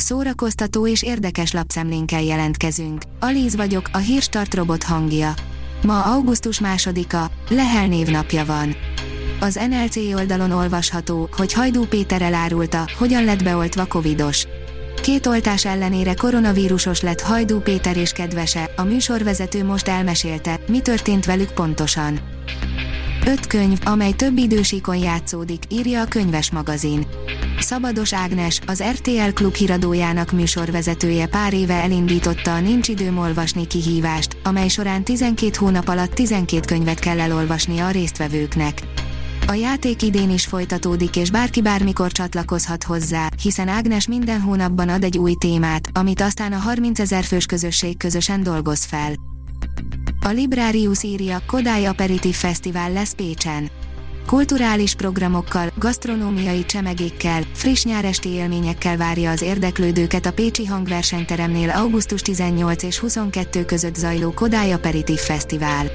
szórakoztató és érdekes lapszemlénkkel jelentkezünk. Alíz vagyok, a Hírstart robot hangja. Ma augusztus 2-a, Lehel névnapja van. Az NLC oldalon olvasható, hogy Hajdú Péter elárulta, hogyan lett beoltva covidos. 2 oltás ellenére koronavírusos lett Hajdú Péter és kedvese, a műsorvezető most elmesélte, mi történt velük pontosan. 5 könyv, amely több idősíkon játszódik, írja a Könyves magazin. Szabados Ágnes, az RTL Klub híradójának műsorvezetője pár éve elindította a Nincs időm olvasni kihívást, amely során 12 hónap alatt 12 könyvet kell elolvasnia a résztvevőknek. A játék idén is folytatódik és bárki bármikor csatlakozhat hozzá, hiszen Ágnes minden hónapban ad egy új témát, amit aztán a 30 000 fős közösség közösen dolgoz fel. A Librarius írja, Kodály Aperitív Fesztivál lesz Pécsen. Kulturális programokkal, gasztronómiai csemegékkel, friss nyáresti élményekkel várja az érdeklődőket a pécsi hangversenyteremnél augusztus 18 és 22 között zajló Kodály Aperitív Fesztivál.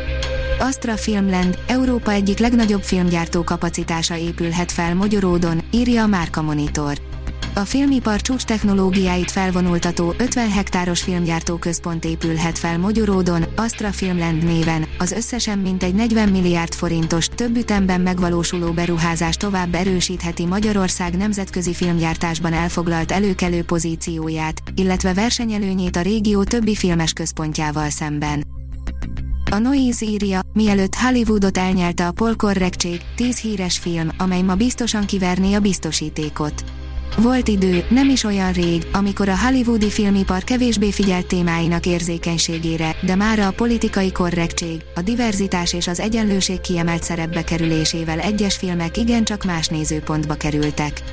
Astra Filmland, Európa egyik legnagyobb filmgyártó kapacitása épülhet fel Mogyoródon, írja a Márka Monitor. A filmipar csúcs technológiáit felvonultató 50 hektáros filmgyártóközpont épülhet fel Mogyoródon, Astra Filmland néven, az összesen mintegy 40 milliárd forintos, több ütemben megvalósuló beruházás tovább erősítheti Magyarország nemzetközi filmgyártásban elfoglalt előkelő pozícióját, illetve versenyelőnyét a régió többi filmes központjával szemben. A Noise írja, mielőtt Hollywoodot elnyelte a polkorrektség, 10 híres film, amely ma biztosan kiverné a biztosítékot. Volt idő, nem is olyan rég, amikor a hollywoodi filmipar kevésbé figyelt témáinak érzékenységére, de mára a politikai korrektség, a diverzitás és az egyenlőség kiemelt szerepbe kerülésével egyes filmek igencsak más nézőpontba kerültek.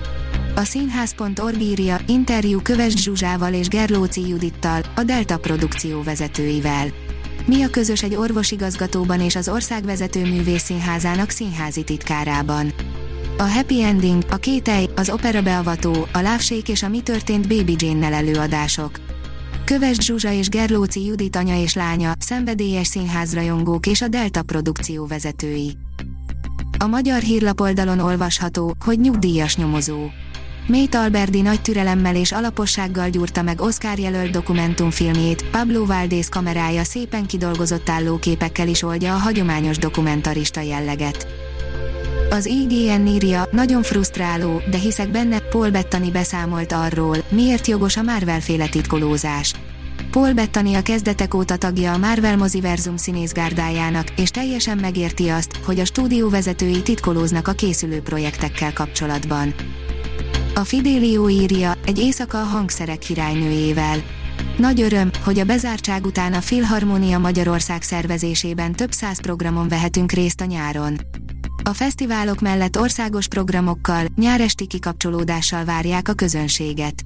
A színház.org írja, interjú Kövesd Zsuzsával és Gerlóci Judittal, a Delta produkció vezetőivel. Mi a közös egy orvosigazgatóban és az ország vezető művészszínházának színházi titkárában? A Happy Ending, a Kételj, az Opera beavató, a Lávsék és a Mi történt Baby Jane-nel előadások. Kövesd Zsuzsa és Gerlóci Judit anya és lánya, szenvedélyes színházrajongók és a Delta produkció vezetői. A Magyar Hírlapoldalon olvasható, hogy nyugdíjas nyomozó. Méth Alberdi nagy türelemmel és alapossággal gyúrta meg Oscar-jelölt dokumentumfilmjét, Pablo Valdés kamerája szépen kidolgozott állóképekkel is oldja a hagyományos dokumentarista jelleget. Az IGN írja, nagyon frusztráló, de hiszek benne, Paul Bettany beszámolt arról, miért jogos a Marvel-féle titkolózás. Paul Bettany a kezdetek óta tagja a Marvel moziverzum színészgárdájának, és teljesen megérti azt, hogy a stúdió vezetői titkolóznak a készülő projektekkel kapcsolatban. A Fidelio írja, egy éjszaka a hangszerek királynőjével. Nagy öröm, hogy a bezártság után a Filharmonia Magyarország szervezésében több 100 programon vehetünk részt a nyáron. A fesztiválok mellett országos programokkal, nyáresti kikapcsolódással várják a közönséget.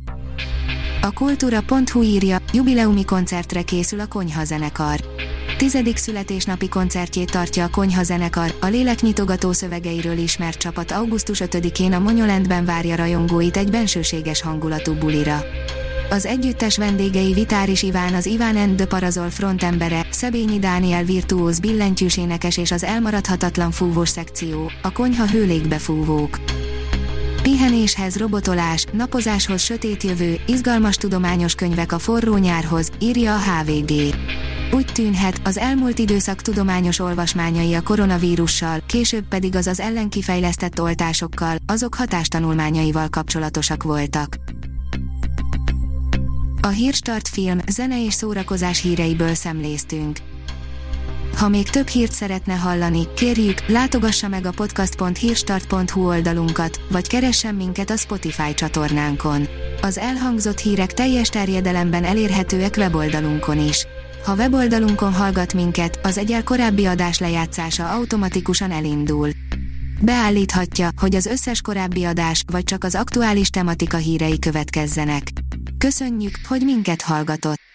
A kultúra.hu írja, jubileumi koncertre készül a Konyhazenekar. 10. születésnapi koncertjét tartja a Konyhazenekar, a léleknyitogató szövegeiről ismert csapat augusztus 5-én a Monumentben várja rajongóit egy bensőséges hangulatú bulira. Az együttes vendégei Vitáris Iván, az Iván and the Parazol frontembere, Szebényi Dániel virtuóz billentyűs énekes és az elmaradhatatlan fúvós szekció, a Konyha hőlékbefúvók. Pihenéshez robotolás, napozáshoz sötét jövő, izgalmas tudományos könyvek a forró nyárhoz, írja a HVG. Úgy tűnhet, az elmúlt időszak tudományos olvasmányai a koronavírussal, később pedig az ellen kifejlesztett oltásokkal, azok hatástanulmányaival kapcsolatosak voltak. A Hírstart film, zene és szórakozás híreiből szemléztünk. Ha még több hírt szeretne hallani, kérjük, látogassa meg a podcast.hírstart.hu oldalunkat, vagy keressen minket a Spotify csatornánkon. Az elhangzott hírek teljes terjedelemben elérhetőek weboldalunkon is. Ha weboldalunkon hallgat minket, az egyel korábbi adás lejátszása automatikusan elindul. Beállíthatja, hogy az összes korábbi adás, vagy csak az aktuális tematika hírei következzenek. Köszönjük, hogy minket hallgatott!